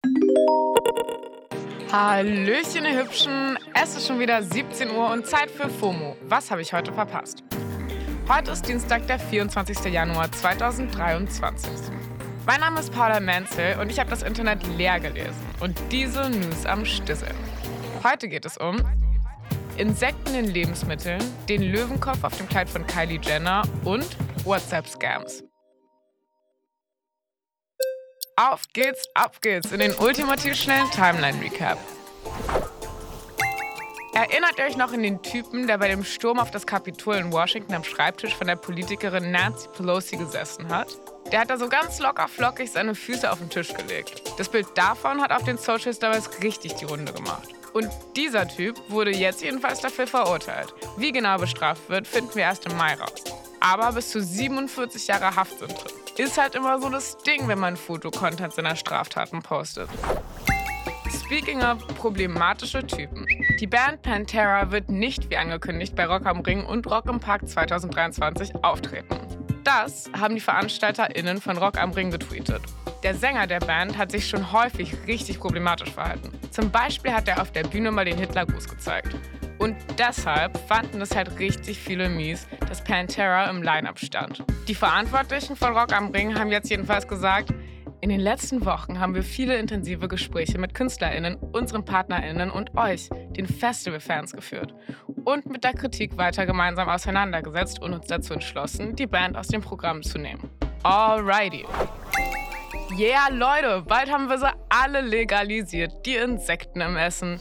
Hallöchen, ihr Hübschen. Es ist schon wieder 17 Uhr und Zeit für FOMO. Was habe ich heute verpasst? Heute ist Dienstag, der 24. Januar 2023. Mein Name ist Paula Menzel und ich habe das Internet leer gelesen und diese News am Stissel. Heute geht es um Insekten in Lebensmitteln, den Löwenkopf auf dem Kleid von Kylie Jenner und WhatsApp-Scams. Auf geht's, ab geht's in den ultimativ schnellen Timeline-Recap. Erinnert ihr euch noch an den Typen, der bei dem Sturm auf das Kapitol in Washington am Schreibtisch von der Politikerin Nancy Pelosi gesessen hat? Der hat da so ganz locker flockig seine Füße auf den Tisch gelegt. Das Bild davon hat auf den Socials damals richtig die Runde gemacht. Und dieser Typ wurde jetzt jedenfalls dafür verurteilt. Wie genau bestraft wird, finden wir erst im Mai raus. Aber bis zu 47 Jahre Haft sind drin. Ist halt immer so das Ding, wenn man Fotocontent seiner Straftaten postet. Speaking of problematische Typen. Die Band Pantera wird nicht wie angekündigt bei Rock am Ring und Rock im Park 2023 auftreten. Das haben die VeranstalterInnen von Rock am Ring getweetet. Der Sänger der Band hat sich schon häufig richtig problematisch verhalten. Zum Beispiel hat er auf der Bühne mal den Hitlergruß gezeigt. Und deshalb fanden es halt richtig viele mies, dass Pantera im Line-Up stand. Die Verantwortlichen von Rock am Ring haben jetzt jedenfalls gesagt, in den letzten Wochen haben wir viele intensive Gespräche mit KünstlerInnen, unseren PartnerInnen und euch, den Festivalfans, geführt. Und mit der Kritik weiter gemeinsam auseinandergesetzt und uns dazu entschlossen, die Band aus dem Programm zu nehmen. Alrighty. Yeah, Leute, bald haben wir sie alle legalisiert, die Insekten im Essen.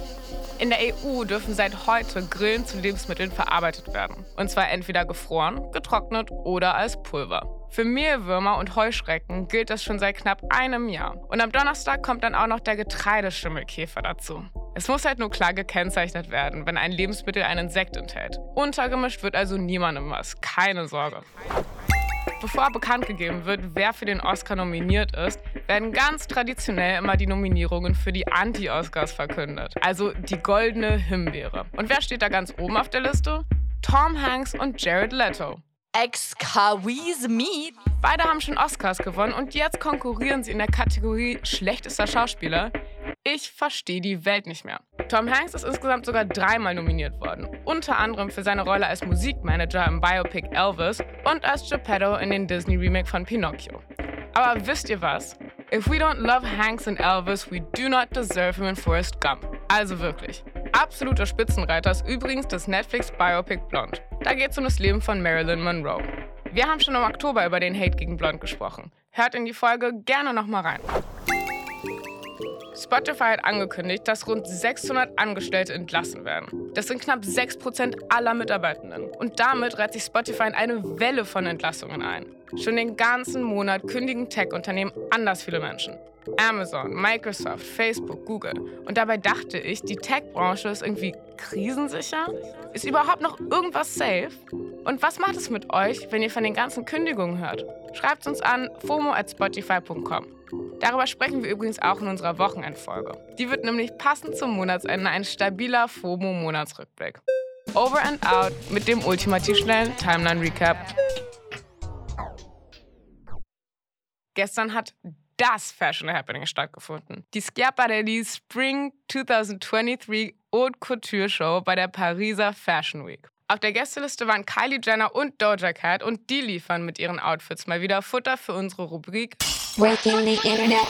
In der EU dürfen seit heute Grillen zu Lebensmitteln verarbeitet werden. Und zwar entweder gefroren, getrocknet oder als Pulver. Für Mehlwürmer und Heuschrecken gilt das schon seit knapp einem Jahr. Und am Donnerstag kommt dann auch noch der Getreideschimmelkäfer dazu. Es muss halt nur klar gekennzeichnet werden, wenn ein Lebensmittel ein Insekt enthält. Untergemischt wird also niemandem was, keine Sorge. Bevor bekannt gegeben wird, wer für den Oscar nominiert ist, werden ganz traditionell immer die Nominierungen für die Anti-Oscars verkündet. Also die goldene Himbeere. Und wer steht da ganz oben auf der Liste? Tom Hanks und Jared Leto. Excuse me. Beide haben schon Oscars gewonnen und jetzt konkurrieren sie in der Kategorie schlechtester Schauspieler. Ich verstehe die Welt nicht mehr. Tom Hanks ist insgesamt sogar 3-mal nominiert worden. Unter anderem für seine Rolle als Musikmanager im Biopic Elvis und als Geppetto in den Disney-Remake von Pinocchio. Aber wisst ihr was? If we don't love Hanks and Elvis, we do not deserve him in Forrest Gump. Also wirklich. Absoluter Spitzenreiter ist übrigens das Netflix-Biopic Blonde. Da geht es um das Leben von Marilyn Monroe. Wir haben schon im Oktober über den Hate gegen Blonde gesprochen. Hört in die Folge gerne nochmal rein. Spotify hat angekündigt, dass rund 600 Angestellte entlassen werden. Das sind knapp 6% aller Mitarbeitenden. Und damit reiht sich Spotify in eine Welle von Entlassungen ein. Schon den ganzen Monat kündigen Tech-Unternehmen anders viele Menschen. Amazon, Microsoft, Facebook, Google. Und dabei dachte ich, die Tech-Branche ist irgendwie krisensicher? Ist überhaupt noch irgendwas safe? Und was macht es mit euch, wenn ihr von den ganzen Kündigungen hört? Schreibt uns an fomo@spotify.com. Darüber sprechen wir übrigens auch in unserer Wochenendfolge. Die wird nämlich passend zum Monatsende ein stabiler FOMO-Monatsrückblick. Over and out mit dem ultimativ schnellen Timeline-Recap. Gestern hat das Fashion Happening stattgefunden. Die Schiaparelli Spring 2023 Haute Couture Show bei der Pariser Fashion Week. Auf der Gästeliste waren Kylie Jenner und Doja Cat und die liefern mit ihren Outfits mal wieder Futter für unsere Rubrik Breaking the Internet.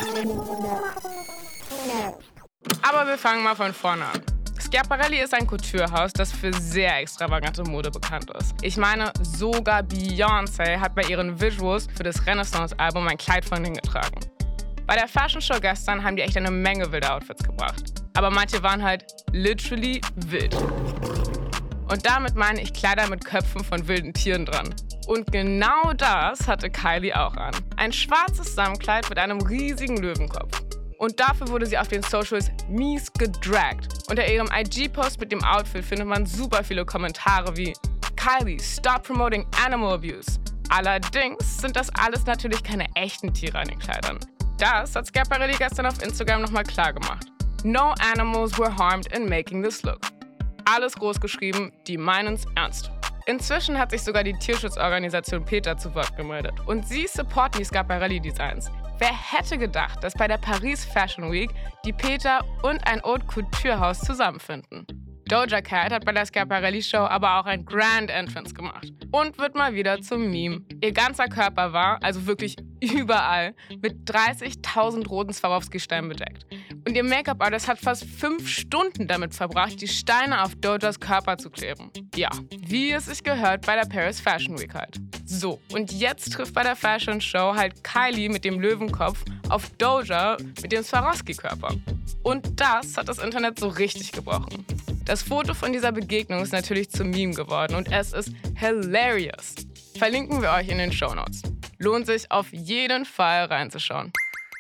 Aber wir fangen mal von vorne an. Schiaparelli ist ein Couturehaus, das für sehr extravagante Mode bekannt ist. Ich meine, sogar Beyoncé hat bei ihren Visuals für das Renaissance-Album ein Kleid von ihnen getragen. Bei der Fashion Show gestern haben die echt eine Menge wilde Outfits gebracht. Aber manche waren halt literally wild. Und damit meine ich Kleider mit Köpfen von wilden Tieren dran. Und genau das hatte Kylie auch an. Ein schwarzes Samtkleid mit einem riesigen Löwenkopf. Und dafür wurde sie auf den Socials mies gedragt. Unter ihrem IG-Post mit dem Outfit findet man super viele Kommentare wie Kylie, stop promoting animal abuse. Allerdings sind das alles natürlich keine echten Tiere an den Kleidern. Das hat Schiaparelli gestern auf Instagram nochmal klar gemacht. No animals were harmed in making this look. Alles groß geschrieben, die meinen's ernst. Inzwischen hat sich sogar die Tierschutzorganisation PETA zu Wort gemeldet. Und sie supporten die Schiaparelli-Designs. Wer hätte gedacht, dass bei der Paris Fashion Week die Peter und ein Haute Couture-Haus zusammenfinden? Doja Cat hat bei der Schiaparelli-Show aber auch ein Grand Entrance gemacht und wird mal wieder zum Meme. Ihr ganzer Körper war, also wirklich überall, mit 30.000 roten Swarovski-Steinen bedeckt. Und ihr Make-up-Artist hat fast 5 Stunden damit verbracht, die Steine auf Dojas Körper zu kleben. Ja, wie es sich gehört bei der Paris Fashion Week halt. So, und jetzt trifft bei der Fashion Show halt Kylie mit dem Löwenkopf auf Doja mit dem Swarovski-Körper. Und das hat das Internet so richtig gebrochen. Das Foto von dieser Begegnung ist natürlich zum Meme geworden und es ist hilarious. Verlinken wir euch in den Shownotes. Lohnt sich auf jeden Fall reinzuschauen.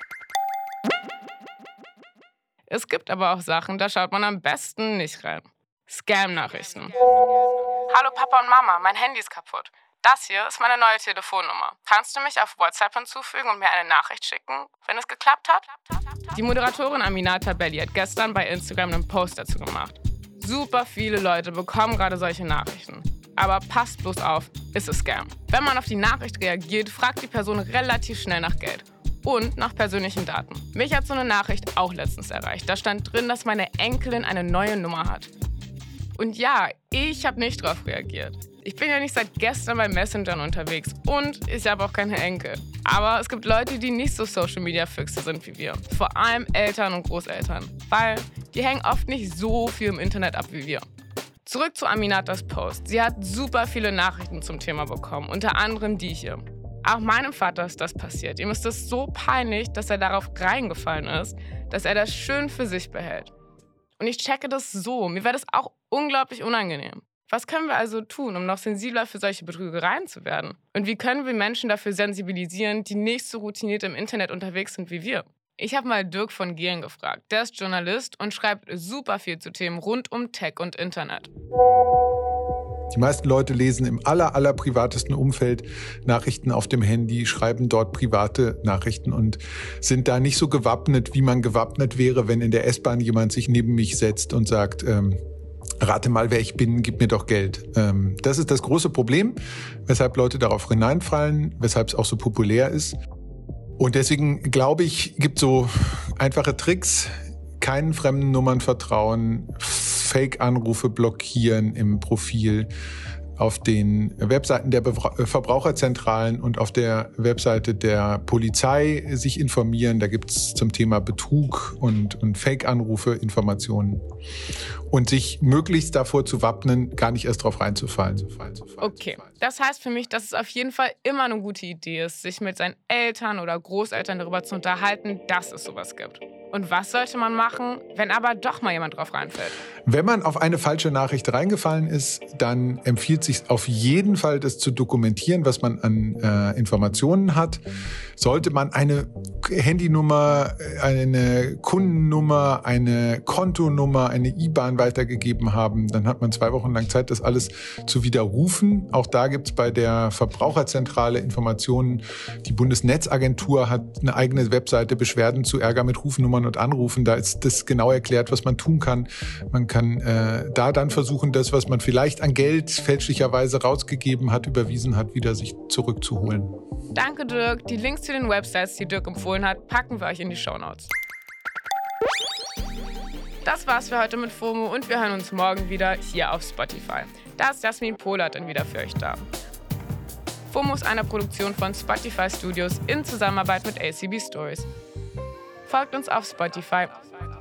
Es gibt aber auch Sachen, da schaut man am besten nicht rein. Scam-Nachrichten. Hallo Papa und Mama, mein Handy ist kaputt. Das hier ist meine neue Telefonnummer. Kannst du mich auf WhatsApp hinzufügen und mir eine Nachricht schicken, wenn es geklappt hat? Die Moderatorin Aminata Belli hat gestern bei Instagram einen Post dazu gemacht. Super viele Leute bekommen gerade solche Nachrichten. Aber passt bloß auf, ist es Scam. Wenn man auf die Nachricht reagiert, fragt die Person relativ schnell nach Geld und nach persönlichen Daten. Mich hat so eine Nachricht auch letztens erreicht. Da stand drin, dass meine Enkelin eine neue Nummer hat. Und ja, ich habe nicht drauf reagiert. Ich bin ja nicht seit gestern bei Messengern unterwegs und ich habe auch keine Enkel. Aber es gibt Leute, die nicht so Social-Media-Füchse sind wie wir. Vor allem Eltern und Großeltern. Weil die hängen oft nicht so viel im Internet ab wie wir. Zurück zu Aminatas Post. Sie hat super viele Nachrichten zum Thema bekommen, unter anderem die hier. Auch meinem Vater ist das passiert. Ihm ist es so peinlich, dass er darauf reingefallen ist, dass er das schön für sich behält. Und ich checke das so. Mir wäre das auch unglaublich unangenehm. Was können wir also tun, um noch sensibler für solche Betrügereien zu werden? Und wie können wir Menschen dafür sensibilisieren, die nicht so routiniert im Internet unterwegs sind wie wir? Ich habe mal Dirk von Gehlen gefragt. Der ist Journalist und schreibt super viel zu Themen rund um Tech und Internet. Die meisten Leute lesen im aller privatesten Umfeld Nachrichten auf dem Handy, schreiben dort private Nachrichten und sind da nicht so gewappnet, wie man gewappnet wäre, wenn in der S-Bahn jemand sich neben mich setzt und sagt, rate mal, wer ich bin, gib mir doch Geld. Das ist das große Problem, weshalb Leute darauf hineinfallen, weshalb es auch so populär ist. Und deswegen, glaube ich, gibt so einfache Tricks, keinen fremden Nummern vertrauen, Fake-Anrufe blockieren im Profil, auf den Webseiten der Verbraucherzentralen und auf der Webseite der Polizei sich informieren. Da gibt es zum Thema Betrug und Fake-Anrufe Informationen. Und sich möglichst davor zu wappnen, gar nicht erst drauf reinzufallen. Okay, das heißt für mich, dass es auf jeden Fall immer eine gute Idee ist, sich mit seinen Eltern oder Großeltern darüber zu unterhalten, dass es sowas gibt. Und was sollte man machen, wenn aber doch mal jemand drauf reinfällt? Wenn man auf eine falsche Nachricht reingefallen ist, dann empfiehlt sich auf jeden Fall, das zu dokumentieren, was man an Informationen hat. Sollte man eine Handynummer, eine Kundennummer, eine Kontonummer, eine IBAN weitergegeben haben, dann hat man 2 Wochen lang Zeit, das alles zu widerrufen. Auch da gibt es bei der Verbraucherzentrale Informationen. Die Bundesnetzagentur hat eine eigene Webseite, Beschwerden zu Ärger mit Rufnummern und Anrufen. Da ist das genau erklärt, was man tun kann. Man kann da dann versuchen, das, was man vielleicht an Geld fälschlicherweise rausgegeben hat, überwiesen hat, wieder sich zurückzuholen. Danke, Dirk. Die Links zu den Websites, die Dirk empfohlen hat, packen wir euch in die Shownotes. Das war's für heute mit FOMO und wir hören uns morgen wieder hier auf Spotify. Da ist Jasmin Pohlert dann wieder für euch da. FOMO ist eine Produktion von Spotify Studios in Zusammenarbeit mit ACB Stories. Folgt uns auf Spotify,